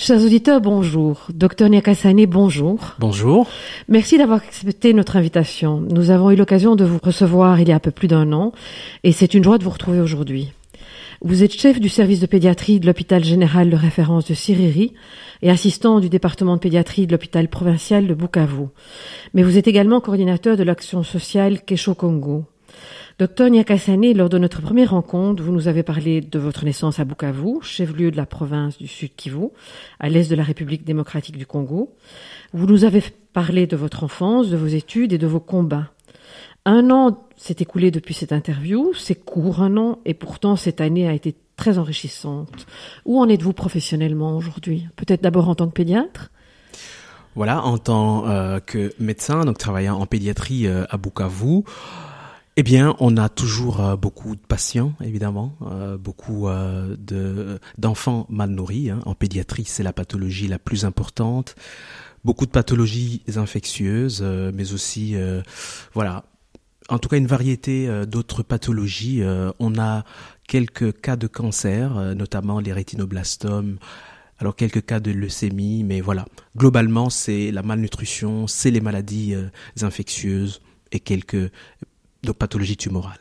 Chers auditeurs, bonjour. Docteur Nyakassane, bonjour. Bonjour. Merci d'avoir accepté notre invitation. Nous avons eu l'occasion de vous recevoir il y a un peu plus d'1 an et c'est une joie de vous retrouver aujourd'hui. Vous êtes chef du service de pédiatrie de l'hôpital général de référence de Siriri et assistant du département de pédiatrie de l'hôpital provincial de Bukavu. Mais vous êtes également coordinateur de l'action sociale Kesho Congo. Docteur Nyakassane, lors de notre première rencontre, vous nous avez parlé de votre naissance à Bukavu, chef-lieu de la province du Sud Kivu, à l'est de la République démocratique du Congo. Vous nous avez parlé de votre enfance, de vos études et de vos combats. 1 an s'est écoulé depuis cette interview, c'est court 1 an, et pourtant cette année a été très enrichissante. Où en êtes-vous professionnellement aujourd'hui ? Peut-être d'abord en tant que pédiatre ? Voilà, en tant que médecin, donc travaillant en pédiatrie à Bukavu, eh bien, on a toujours beaucoup de patients, évidemment, beaucoup d'enfants mal nourris. En pédiatrie, c'est la pathologie la plus importante. Beaucoup de pathologies infectieuses, mais aussi, voilà, en tout cas une variété d'autres pathologies. On a quelques cas de cancer, notamment les rétinoblastomes, alors quelques cas de leucémie, mais voilà. Globalement, c'est la malnutrition, c'est les maladies infectieuses et quelques pathologies tumorales.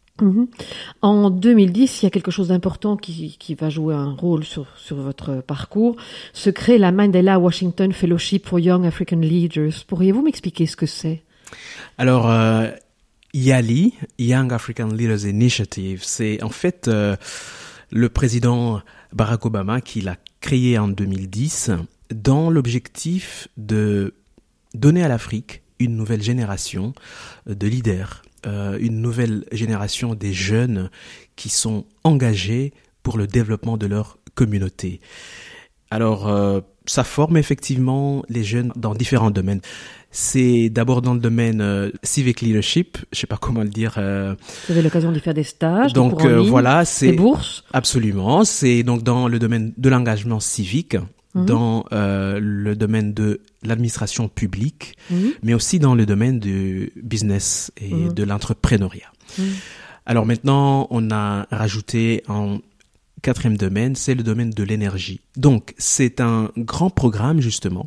En 2010, il y a quelque chose d'important qui va jouer un rôle sur votre parcours. Se crée la Mandela Washington Fellowship for Young African Leaders. Pourriez-vous m'expliquer ce que c'est ? Alors, YALI, Young African Leaders Initiative, c'est en fait le président Barack Obama qui l'a créé en 2010 dans l'objectif de donner à l'Afrique une nouvelle génération de leaders, une nouvelle génération des jeunes qui sont engagés pour le développement de leur communauté. Alors, ça forme effectivement les jeunes dans différents domaines. C'est d'abord dans le domaine civic leadership, je sais pas comment le dire. Vous avez l'occasion d'y faire des stages, donc des cours en ligne, voilà, c'est des bourses. Absolument, c'est donc dans le domaine de l'engagement civique, dans le domaine de l'administration publique, mais aussi dans le domaine du business et de l'entrepreneuriat. Alors maintenant, on a rajouté un 4e domaine, c'est le domaine de l'énergie. Donc, c'est un grand programme, justement,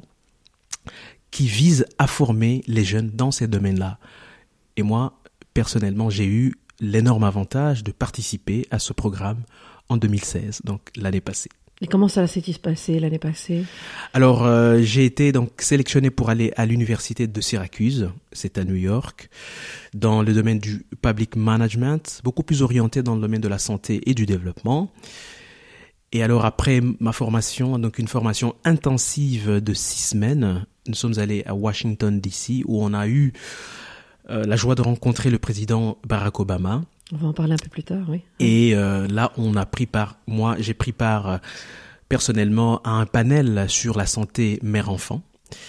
qui vise à former les jeunes dans ces domaines-là. Et moi, personnellement, j'ai eu l'énorme avantage de participer à ce programme en 2016, donc l'année passée. Et comment ça s'est-il passé l'année passée ? Alors, j'ai été donc sélectionné pour aller à l'université de Syracuse, c'est à New York, dans le domaine du public management, beaucoup plus orienté dans le domaine de la santé et du développement. Et alors, après ma formation, donc une formation intensive de 6 semaines, nous sommes allés à Washington, D.C., où on a eu la joie de rencontrer le président Barack Obama. On va en parler un peu plus tard, oui. Et là, j'ai pris part personnellement à un panel sur la santé mère-enfant.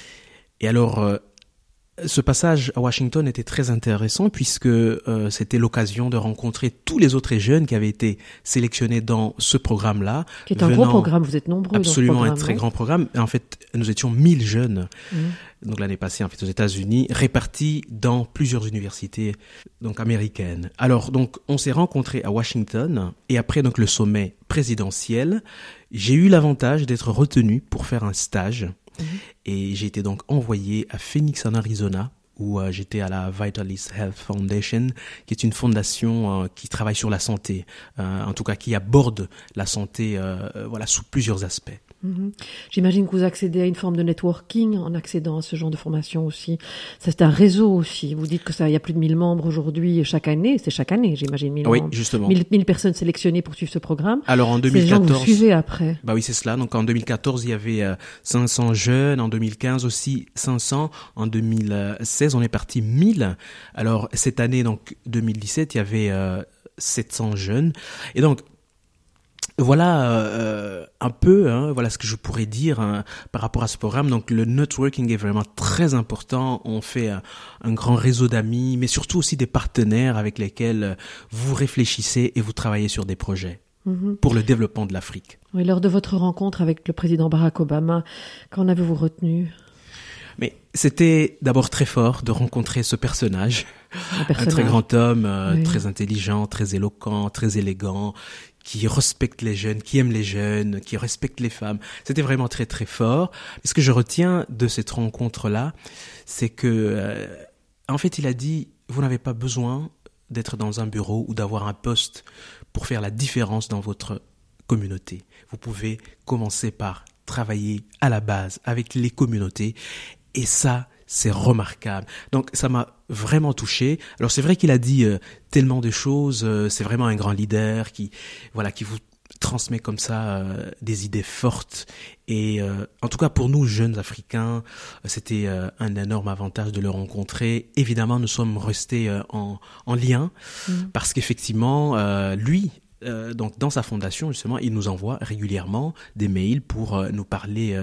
Et alors, ce passage à Washington était très intéressant puisque c'était l'occasion de rencontrer tous les autres jeunes qui avaient été sélectionnés dans ce programme-là. Qui est un gros programme, vous êtes nombreux absolument, dans ce programme. Absolument, un très grand programme. En fait, nous étions 1000 jeunes, donc l'année passée en fait aux États-Unis, répartis dans plusieurs universités donc américaines. Alors donc on s'est rencontrés à Washington et après donc le sommet présidentiel, j'ai eu l'avantage d'être retenu pour faire un stage. Et j'ai été donc envoyé à Phoenix en Arizona où j'étais à la Vitalis Health Foundation, qui est une fondation qui travaille sur la santé, en tout cas qui aborde la santé voilà, sous plusieurs aspects. J'imagine que vous accédez à une forme de networking en accédant à ce genre de formation aussi. C'est un réseau aussi. Vous dites que il y a plus de 1000 membres aujourd'hui chaque année. C'est chaque année, j'imagine, 1000 oui, membres. Justement. 1000 personnes sélectionnées pour suivre ce programme. Alors en 2014. C'est les gens que vous suivez après. Bah oui, c'est cela. Donc en 2014, il y avait 500 jeunes. En 2015 aussi 500. En 2016, on est parti 1000. Alors cette année, donc 2017, il y avait 700 jeunes. Et donc, voilà un peu, voilà ce que je pourrais dire par rapport à ce programme. Donc le networking est vraiment très important. On fait un grand réseau d'amis, mais surtout aussi des partenaires avec lesquels vous réfléchissez et vous travaillez sur des projets pour le développement de l'Afrique. Oui, lors de votre rencontre avec le président Barack Obama, qu'en avez-vous retenu ? Mais c'était d'abord très fort de rencontrer ce personnage. Un très grand homme, oui. Très intelligent, très éloquent, très élégant, qui respecte les jeunes, qui aime les jeunes, qui respecte les femmes. C'était vraiment très très fort. Et ce que je retiens de cette rencontre-là, c'est que en fait il a dit, vous n'avez pas besoin d'être dans un bureau ou d'avoir un poste pour faire la différence dans votre communauté. Vous pouvez commencer par travailler à la base avec les communautés et ça, c'est remarquable. Donc ça m'a vraiment touché. Alors c'est vrai qu'il a dit tellement de choses, c'est vraiment un grand leader qui vous transmet comme ça des idées fortes et en tout cas pour nous jeunes Africains, c'était un énorme avantage de le rencontrer. Évidemment, nous sommes restés en lien parce qu'effectivement lui donc dans sa fondation justement, il nous envoie régulièrement des mails pour nous parler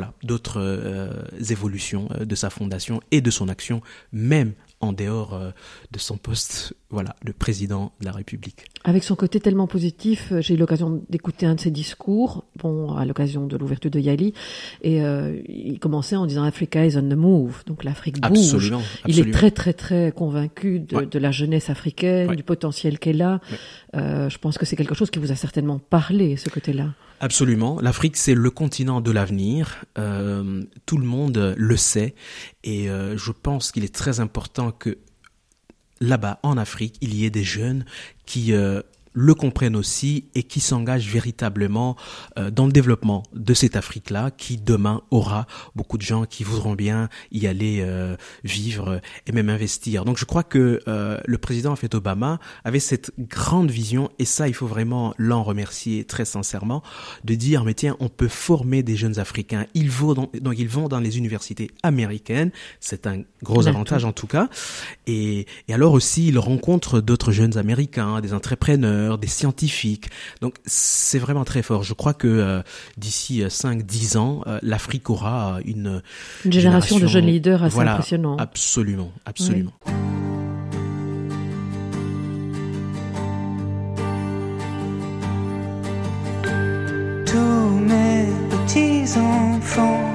d'autres évolutions de sa fondation et de son action, même en dehors de son poste, de président de la République. Avec son côté tellement positif, j'ai eu l'occasion d'écouter un de ses discours, à l'occasion de l'ouverture de Yali, et il commençait en disant Africa is on the move, donc l'Afrique bouge. Absolument. Il est très très très convaincu de la jeunesse africaine, du potentiel qu'elle a. Je pense que c'est quelque chose qui vous a certainement parlé, ce côté-là. Absolument. L'Afrique, c'est le continent de l'avenir. Tout le monde le sait. Et je pense qu'il est très important que là-bas, en Afrique, il y ait des jeunes qui le comprennent aussi et qui s'engagent véritablement dans le développement de cette Afrique-là, qui demain aura beaucoup de gens qui voudront bien y aller vivre et même investir. Donc je crois que le président en fait Obama avait cette grande vision, et ça il faut vraiment l'en remercier très sincèrement, de dire mais tiens, on peut former des jeunes Africains. Ils vont dans les universités américaines, c'est un gros avantage en tout cas, et alors aussi il rencontre d'autres jeunes Américains, des entrepreneurs, des scientifiques. Donc c'est vraiment très fort. Je crois que d'ici 5-10 ans, l'Afrique aura une génération de jeunes leaders assez impressionnants. Absolument. Oui. Tous mes petits enfants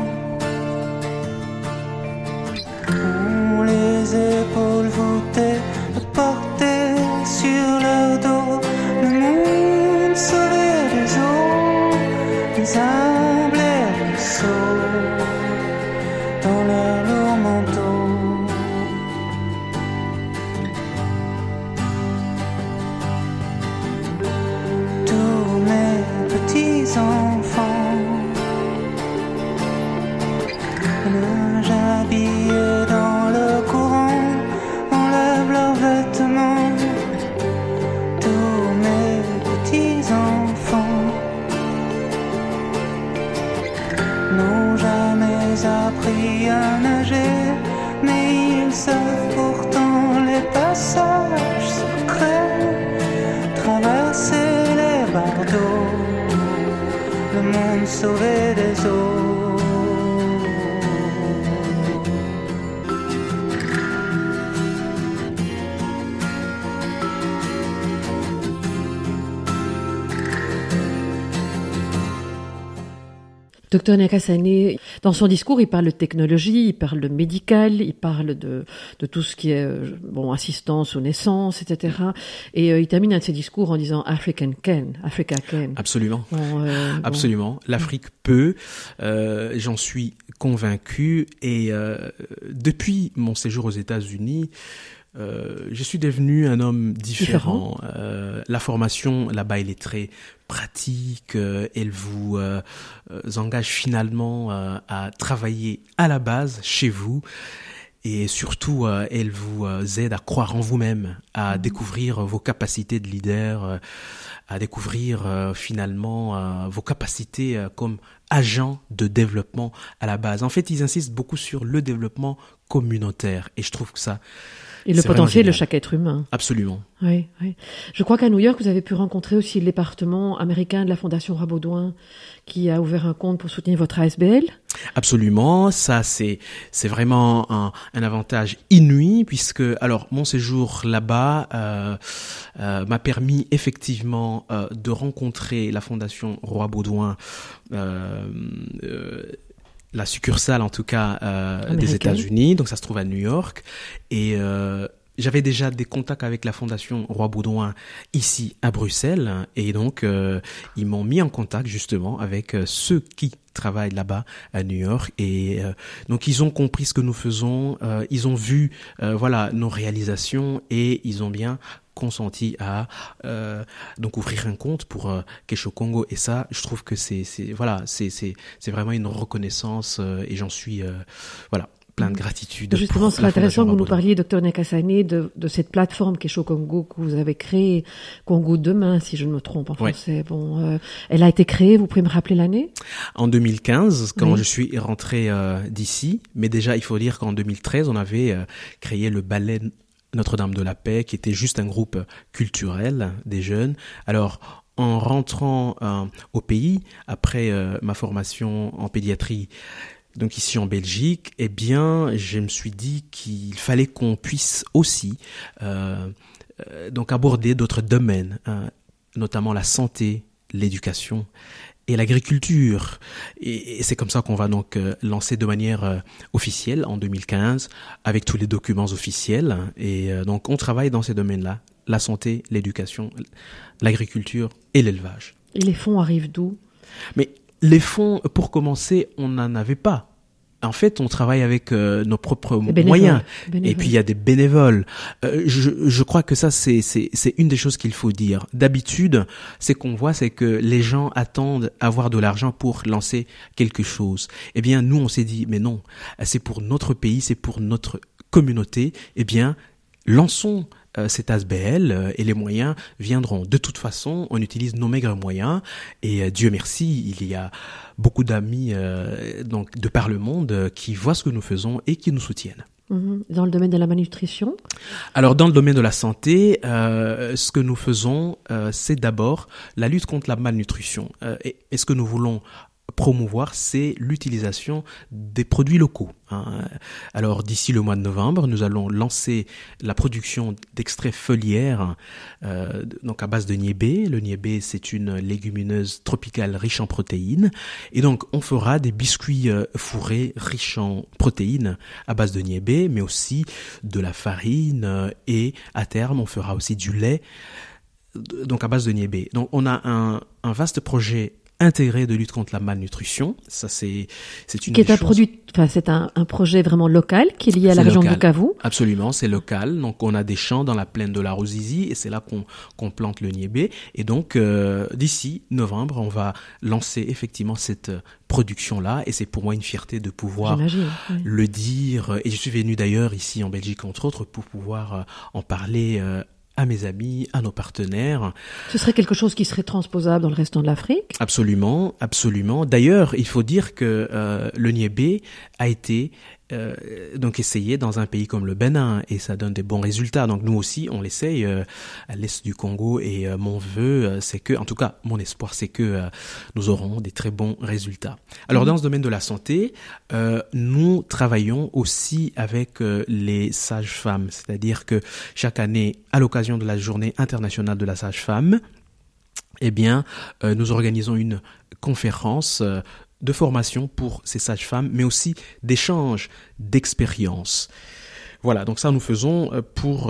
ont les épaules voûtées, portées sur leur dos. Le monde sauvé des eaux, les humbles et les sots dans leur lourd manteau. Tous mes petits enfants, nagent habillés dans le courant, enlèvent leurs vêtements. N'ont jamais appris à nager, mais ils savent pourtant les passages secrets, traverser les bardeaux, le monde sauvé des eaux. Docteur Nyakasane, dans son discours, il parle de technologie, il parle de médical, il parle de tout ce qui est assistance aux naissances, etc. Et il termine un de ses discours en disant Africa can. Absolument. Absolument. L'Afrique peut, j'en suis convaincu. Et depuis mon séjour aux États-Unis, je suis devenu un homme différent. La formation là-bas, elle est très pratique. Elle vous engage finalement à travailler à la base chez vous. Et surtout, elle vous aide à croire en vous-même, à découvrir vos capacités de leader, à découvrir finalement vos capacités comme agent de développement à la base. En fait, ils insistent beaucoup sur le développement communautaire. Et je trouve que ça... Et le potentiel de chaque être humain. Absolument. Oui. Je crois qu'à New York, vous avez pu rencontrer aussi le département américain de la Fondation Rabaudouin qui a ouvert un compte pour soutenir votre ASBL. Absolument. Ça, c'est vraiment un avantage inouï puisque, alors, mon séjour là-bas m'a permis effectivement de rencontrer la Fondation Rabaudouin, la succursale en tout cas des États-Unis, donc ça se trouve à New York, et j'avais déjà des contacts avec la Fondation Roi Baudouin ici à Bruxelles, et donc ils m'ont mis en contact justement avec ceux qui travaillent là-bas à New York, et donc ils ont compris ce que nous faisons, ils ont vu voilà nos réalisations, et ils ont bien consenti à donc ouvrir un compte pour Kesho Congo, et ça je trouve que c'est vraiment une reconnaissance, et j'en suis voilà plein de gratitude. Justement, ce serait intéressant que vous nous parliez, Dr Nakasane, de cette plateforme Kesho Congo que vous avez créée, Congo demain, si je ne me trompe en français. Bon, elle a été créée, vous pouvez me rappeler l'année? En 2015, quand je suis rentré d'ici, mais déjà il faut dire qu'en 2013, on avait créé le ballet Notre-Dame de la Paix, qui était juste un groupe culturel des jeunes. Alors, en rentrant au pays, après ma formation en pédiatrie, donc ici en Belgique, eh bien, je me suis dit qu'il fallait qu'on puisse aussi donc aborder d'autres domaines, notamment la santé, l'éducation et l'agriculture. Et c'est comme ça qu'on va donc lancer de manière officielle en 2015 avec tous les documents officiels. Et donc on travaille dans ces domaines-là, la santé, l'éducation, l'agriculture et l'élevage. Et les fonds arrivent d'où? Mais les fonds, pour commencer, on n'en avait pas. En fait, on travaille avec nos propres moyens. Et puis, il y a des bénévoles. Je crois que ça, c'est une des choses qu'il faut dire. D'habitude, c'est qu'on voit, c'est que les gens attendent avoir de l'argent pour lancer quelque chose. Eh bien, nous, on s'est dit, mais non, c'est pour notre pays, c'est pour notre communauté. Eh bien, lançons cet ASBL, et les moyens viendront. De toute façon, on utilise nos maigres moyens, et Dieu merci, il y a beaucoup d'amis donc de par le monde qui voient ce que nous faisons et qui nous soutiennent. Dans le domaine de la malnutrition? Alors, dans le domaine de la santé, ce que nous faisons, c'est d'abord la lutte contre la malnutrition. Et ce que nous voulons promouvoir, c'est l'utilisation des produits locaux. Alors, d'ici le mois de novembre, nous allons lancer la production d'extraits feuillères, donc à base de niébé. Le niébé, c'est une légumineuse tropicale riche en protéines. Et donc, on fera des biscuits fourrés riches en protéines à base de niébé, mais aussi de la farine, et à terme, on fera aussi du lait, donc à base de niébé. Donc, on a un vaste projet intégré de lutte contre la malnutrition. Ça, c'est une qui est un produit, enfin, c'est un projet vraiment local qui est lié à la région de Bukavu. Absolument, c'est local. Donc, on a des champs dans la plaine de la Ruzizi, et c'est là qu'on plante le niébé. Et donc, d'ici novembre, on va lancer effectivement cette production-là, et c'est pour moi une fierté de pouvoir le dire. Et je suis venu d'ailleurs ici en Belgique, entre autres, pour pouvoir en parler à mes amis, à nos partenaires. Ce serait quelque chose qui serait transposable dans le restant de l'Afrique? Absolument, absolument. D'ailleurs, il faut dire que le niébé a été donc essayé dans un pays comme le Bénin, et ça donne des bons résultats. Donc nous aussi, on l'essaye à l'est du Congo, et mon vœu, c'est que, en tout cas, mon espoir, c'est que nous aurons des très bons résultats. Alors dans ce domaine de la santé, nous travaillons aussi avec les sages-femmes, c'est-à-dire que chaque année, à l'occasion de la Journée internationale de la sage-femme, eh bien, nous organisons une conférence de formation pour ces sages-femmes, mais aussi d'échange d'expériences. Voilà, donc ça nous faisons pour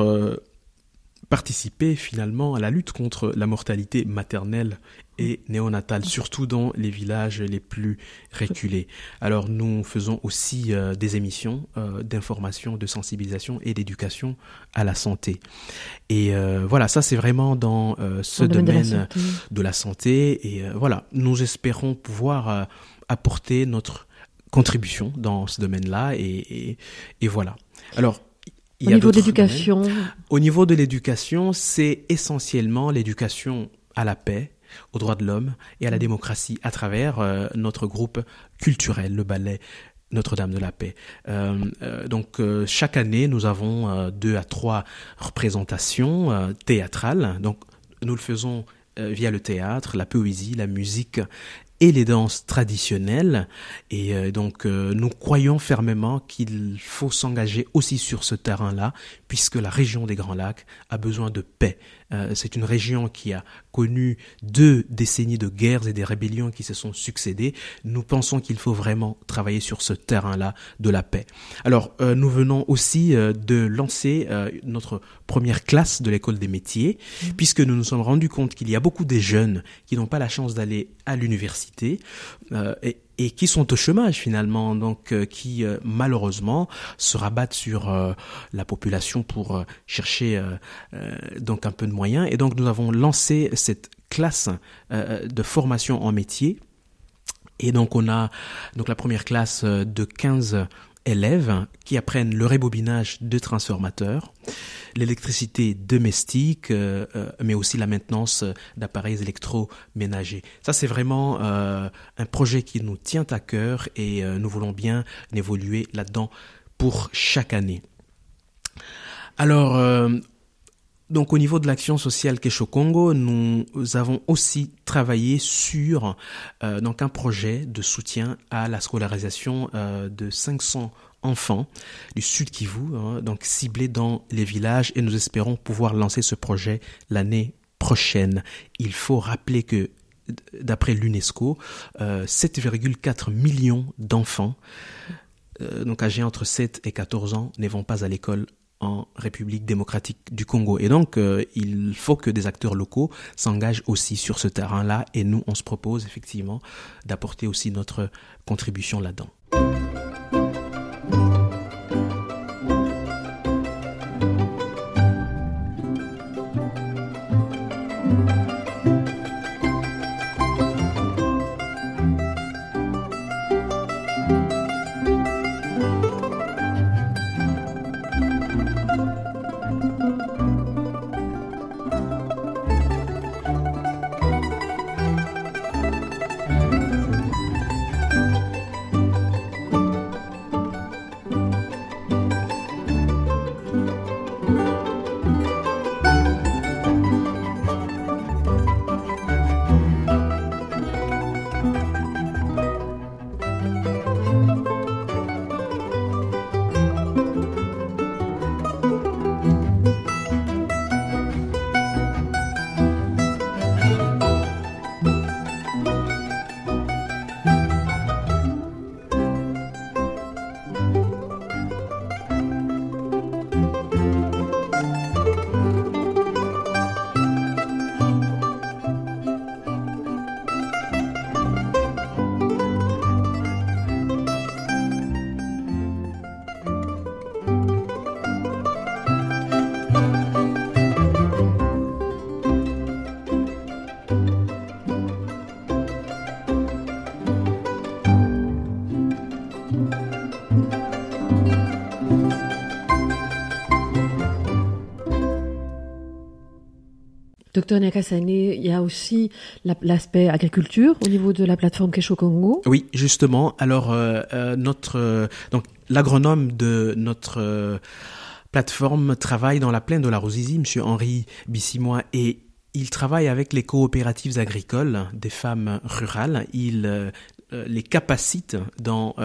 participer finalement à la lutte contre la mortalité maternelle et néonatale, surtout dans les villages les plus reculés. Alors nous faisons aussi des émissions d'information, de sensibilisation et d'éducation à la santé. Et voilà, ça c'est vraiment dans ce domaine de la santé. Et voilà, nous espérons pouvoir apporter notre contribution dans ce domaine-là, et voilà. Alors, au niveau de l'éducation? Au niveau de l'éducation, c'est essentiellement l'éducation à la paix, aux droits de l'homme et à la démocratie à travers notre groupe culturel, le ballet Notre-Dame de la Paix. Donc chaque année, nous avons 2 à 3 représentations théâtrales. Donc nous le faisons via le théâtre, la poésie, la musique et les danses traditionnelles. Et donc nous croyons fermement qu'il faut s'engager aussi sur ce terrain-là, puisque la région des Grands Lacs a besoin de paix, C'est une région qui a connu 2 décennies de guerres et des rébellions qui se sont succédées. Nous pensons qu'il faut vraiment travailler sur ce terrain-là de la paix. Alors, nous venons aussi de lancer notre première classe de l'école des métiers, puisque nous nous sommes rendus compte qu'il y a beaucoup de jeunes qui n'ont pas la chance d'aller à l'université et qui sont au chômage finalement, donc qui malheureusement se rabattent sur la population pour chercher donc un peu de moyens. Et donc nous avons lancé cette classe de formation en métier. Et donc on a donc la première classe de 15 élèves qui apprennent le rébobinage de transformateurs, l'électricité domestique, mais aussi la maintenance d'appareils électroménagers. Ça, c'est vraiment un projet qui nous tient à cœur et nous voulons bien évoluer là-dedans pour chaque année. Alors, donc au niveau de l'action sociale Kesho Congo, nous avons aussi travaillé sur donc un projet de soutien à la scolarisation de 500 enfants du Sud Kivu, donc ciblés dans les villages, et nous espérons pouvoir lancer ce projet l'année prochaine. Il faut rappeler que d'après l'UNESCO, 7,4 millions d'enfants donc âgés entre 7 et 14 ans ne vont pas à l'école en République démocratique du Congo. Et donc, il faut que des acteurs locaux s'engagent aussi sur ce terrain-là. Et nous, on se propose effectivement d'apporter aussi notre contribution là-dedans. Docteur Nyakasane, il y a aussi l'aspect agriculture au niveau de la plateforme Kesho Congo. Oui, justement. Alors, donc l'agronome de notre plateforme travaille dans la plaine de la Ruzizi, Monsieur Henri Bissimois, et il travaille avec les coopératives agricoles des femmes rurales. Il les capacite dans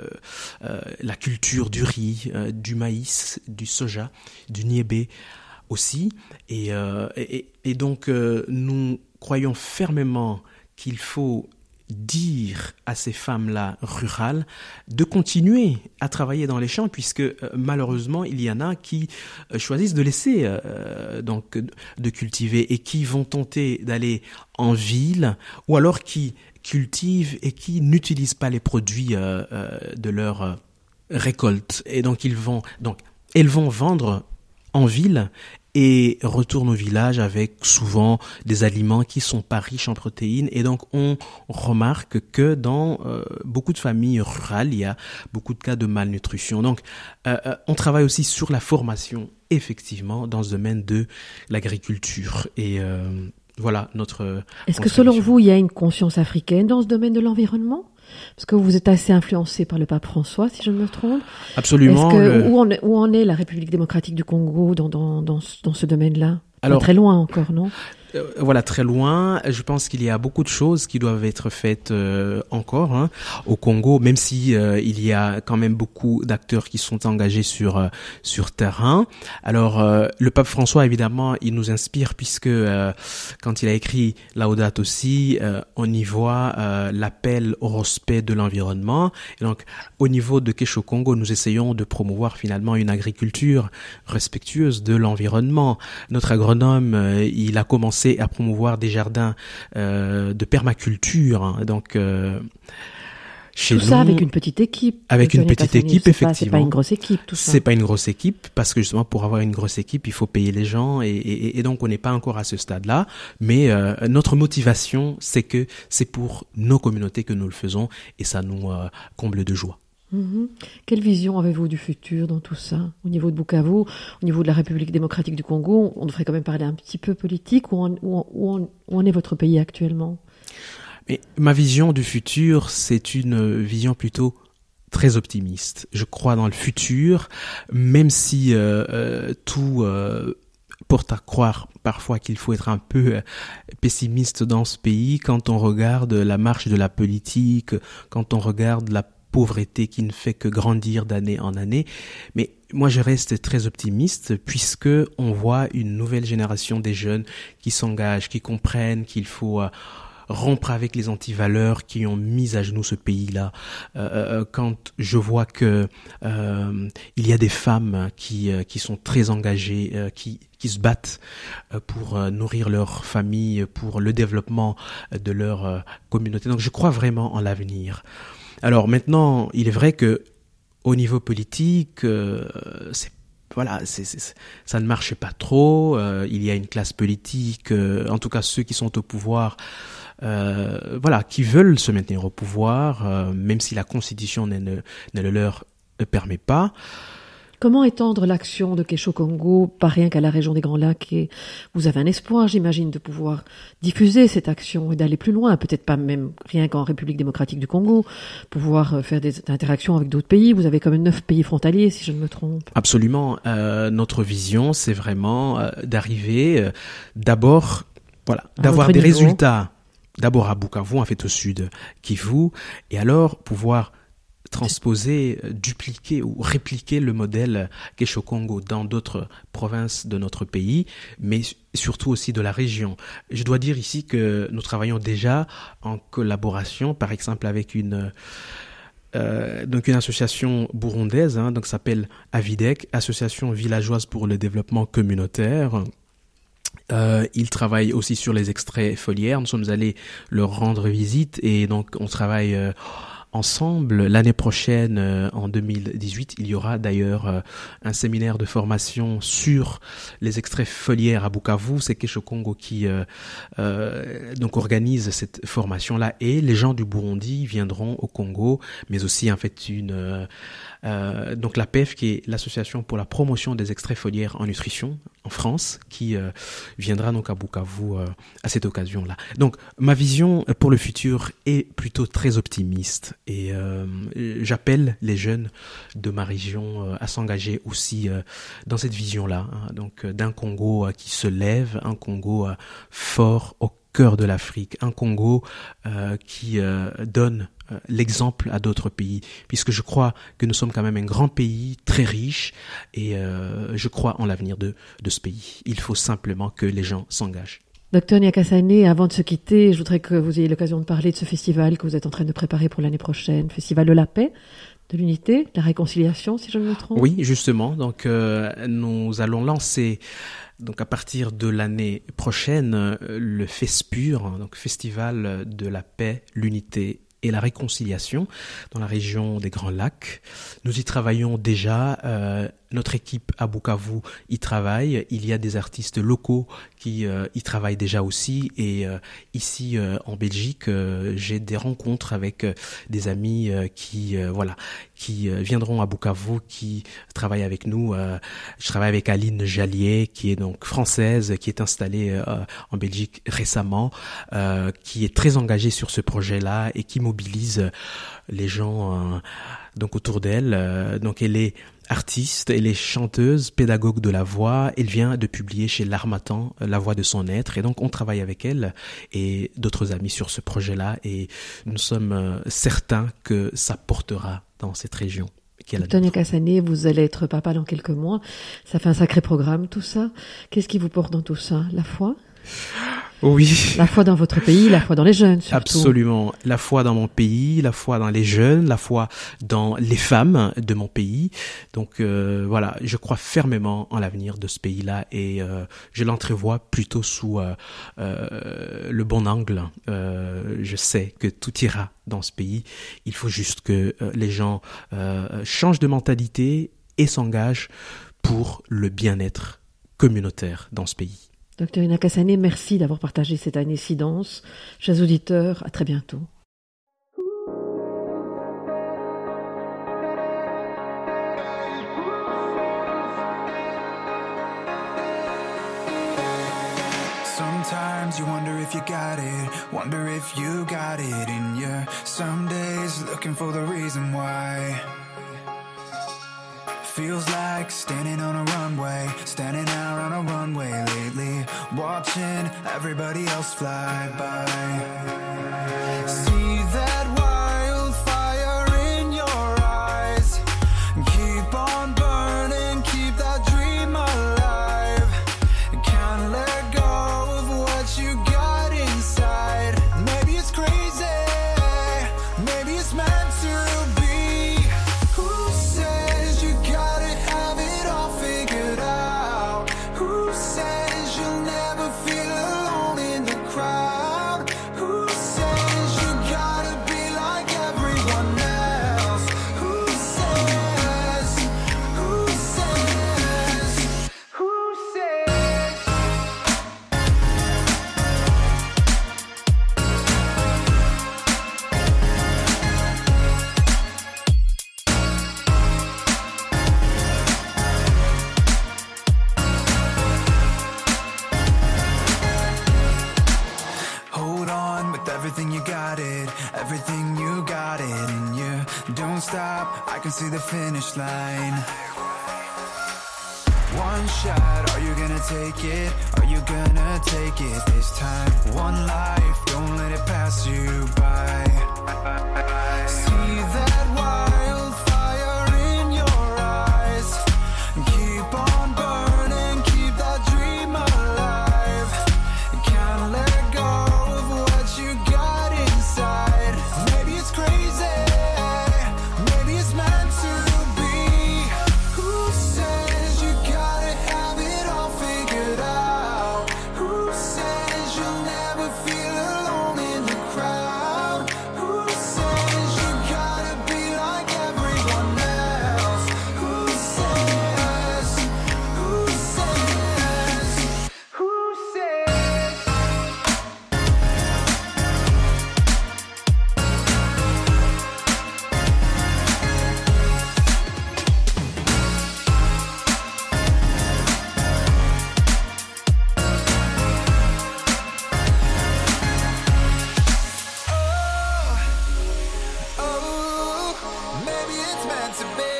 la culture du riz, du maïs, du soja, du niébé aussi. Et donc, nous croyons fermement qu'il faut dire à ces femmes-là rurales de continuer à travailler dans les champs, puisque malheureusement il y en a qui choisissent de laisser donc de cultiver et qui vont tenter d'aller en ville, ou alors qui cultivent et qui n'utilisent pas les produits de leur récolte, et donc elles vont vendre en ville et retournent au village avec souvent des aliments qui sont pas riches en protéines. Et donc on remarque que dans beaucoup de familles rurales, il y a beaucoup de cas de malnutrition. Donc on travaille aussi sur la formation, effectivement, dans ce domaine de l'agriculture. Et voilà notre... Est-ce que selon vous, il y a une conscience africaine dans ce domaine de l'environnement ? Parce que vous êtes assez influencé par le pape François, si je ne me trompe. Absolument. Où en est la République démocratique du Congo dans ce domaine-là ? Alors, pas très loin encore, non ? voilà, très loin. Je pense qu'il y a beaucoup de choses qui doivent être faites encore au Congo, même si il y a quand même beaucoup d'acteurs qui sont engagés sur terrain. Alors le pape François, évidemment, il nous inspire puisque quand il a écrit Laudato Si, on y voit l'appel au respect de l'environnement. Et donc au niveau de Kesho Congo, nous essayons de promouvoir finalement une agriculture respectueuse de l'environnement. Notre agronome, il a commencé à promouvoir des jardins de permaculture. Donc, chez tout nous, ça avec une petite équipe. Avec une petite équipe, effectivement. C'est pas une grosse équipe, tout ça. C'est pas une grosse équipe, parce que justement, pour avoir une grosse équipe, il faut payer les gens, et donc on n'est pas encore à ce stade-là. Mais notre motivation, c'est que c'est pour nos communautés que nous le faisons, et ça nous comble de joie. Quelle vision avez-vous du futur dans tout ça? Au niveau de Bukavu, au niveau de la République démocratique du Congo, on devrait quand même parler un petit peu politique. Où en est votre pays actuellement? Mais ma vision du futur, c'est une vision plutôt très optimiste. Je crois dans le futur, même si tout porte à croire parfois qu'il faut être un peu pessimiste dans ce pays quand on regarde la marche de la politique, quand on regarde la pauvreté qui ne fait que grandir d'année en année. Mais moi, je reste très optimiste puisque on voit une nouvelle génération des jeunes qui s'engagent, qui comprennent qu'il faut rompre avec les antivaleurs qui ont mis à genoux ce pays-là. Quand je vois que il y a des femmes qui sont très engagées, qui se battent pour nourrir leur famille, pour le développement de leur communauté. Donc je crois vraiment en l'avenir. Alors maintenant, il est vrai que au niveau politique, ça ne marche pas trop. Il y a une classe politique, en tout cas ceux qui sont au pouvoir, qui veulent se maintenir au pouvoir, même si la Constitution ne le leur permet pas. Comment étendre l'action de Kesho Congo, pas rien qu'à la région des Grands Lacs? Et vous avez un espoir, j'imagine, de pouvoir diffuser cette action et d'aller plus loin, peut-être pas même rien qu'en République démocratique du Congo, pouvoir faire des interactions avec d'autres pays. Vous avez quand même 9 pays frontaliers, si je ne me trompe. Absolument. Notre vision, c'est vraiment d'arriver d'avoir des résultats. D'abord à Bukavu, en fait au sud Kivu, et alors pouvoir transposer, dupliquer ou répliquer le modèle Kesho Congo dans d'autres provinces de notre pays, mais surtout aussi de la région. Je dois dire ici que nous travaillons déjà en collaboration, par exemple avec une association burundaise, donc s'appelle Avidec, Association villageoise pour le développement communautaire. Ils travaillent aussi sur les extraits foliaires. Nous sommes allés leur rendre visite et donc on travaille ensemble. L'année prochaine, en 2018, il y aura d'ailleurs un séminaire de formation sur les extraits foliaires à Bukavu. C'est Kesho Congo qui donc organise cette formation-là, et les gens du Burundi viendront au Congo, mais aussi en fait donc la PEF, qui est l'association pour la promotion des extraits foliaires en nutrition en France, qui viendra donc à Bukavu à cette occasion-là. Donc ma vision pour le futur est plutôt très optimiste, et j'appelle les jeunes de ma région à s'engager aussi dans cette vision-là, donc d'un Congo qui se lève, un Congo fort au cœur de l'Afrique, un Congo qui donne l'exemple à d'autres pays, puisque je crois que nous sommes quand même un grand pays très riche, et je crois en l'avenir de ce pays. Il faut simplement que les gens s'engagent. Docteur Nyakasane, avant de se quitter, je voudrais que vous ayez l'occasion de parler de ce festival que vous êtes en train de préparer pour l'année prochaine, Festival de la paix, de l'unité, de la réconciliation, si je ne me trompe. Oui, justement. Donc, nous allons lancer, donc à partir de l'année prochaine, le FESPUR, donc Festival de la paix, l'unité et la réconciliation dans la région des Grands Lacs. Nous y travaillons déjà. Notre équipe à Bukavu y travaille. Il y a des artistes locaux qui y travaillent déjà aussi. Et ici en Belgique, j'ai des rencontres avec des amis qui viendront à Bukavu, qui travaillent avec nous. Je travaille avec Aline Jallier, qui est donc française, qui est installée en Belgique récemment, qui est très engagée sur ce projet-là et qui mobilise les gens donc autour d'elle. Donc elle est artiste, elle est chanteuse, pédagogue de la voix. Elle vient de publier chez L'Harmattan La voix de son être. Et donc, on travaille avec elle et d'autres amis sur ce projet-là. Et nous sommes certains que ça portera dans cette région. Tony Cassané, vous allez être papa dans quelques mois. Ça fait un sacré programme, tout ça. Qu'est-ce qui vous porte dans tout ça? La foi? Oui. La foi dans votre pays, la foi dans les jeunes, surtout. Absolument. La foi dans mon pays, la foi dans les jeunes, la foi dans les femmes de mon pays. Donc voilà, je crois fermement en l'avenir de ce pays-là et je l'entrevois plutôt sous le bon angle. Je sais que tout ira dans ce pays. Il faut juste que les gens changent de mentalité et s'engagent pour le bien-être communautaire dans ce pays. Docteur Ina Cassané, merci d'avoir partagé cette année si dense. Chers auditeurs, à très bientôt. Sometimes you wonder if you got it, wonder if you got it in you. Some days looking for the reason why. Feels like standing on a runway, standing out on a runway lately, watching everybody else fly by. See that wildfire in your eyes, keep on burning, keep that dream alive. Can't let go of what you got inside. Maybe it's crazy, maybe it's meant to be. Who says you gotta have it all figured out? Who says you'll never feel alone in the crowd? Who says you gotta be like everyone else? Who says, who says, who says? Hold on with everything you got it, everything you got it in you. Don't stop, I can see the finish line. One shot, are you gonna take it? Are you gonna take it this time? One life, don't let it pass you by. See that wildfire in your eyes, keep on burning, keep that dream alive. Can't let go of what you got inside. Maybe it's crazy, maybe it's meant to be. Who says you gotta have it all figured out? Who says you'll never feel alone in the crowd? Who says you gotta be like everyone else? Who says, who says, who says? Oh, maybe it's meant to be.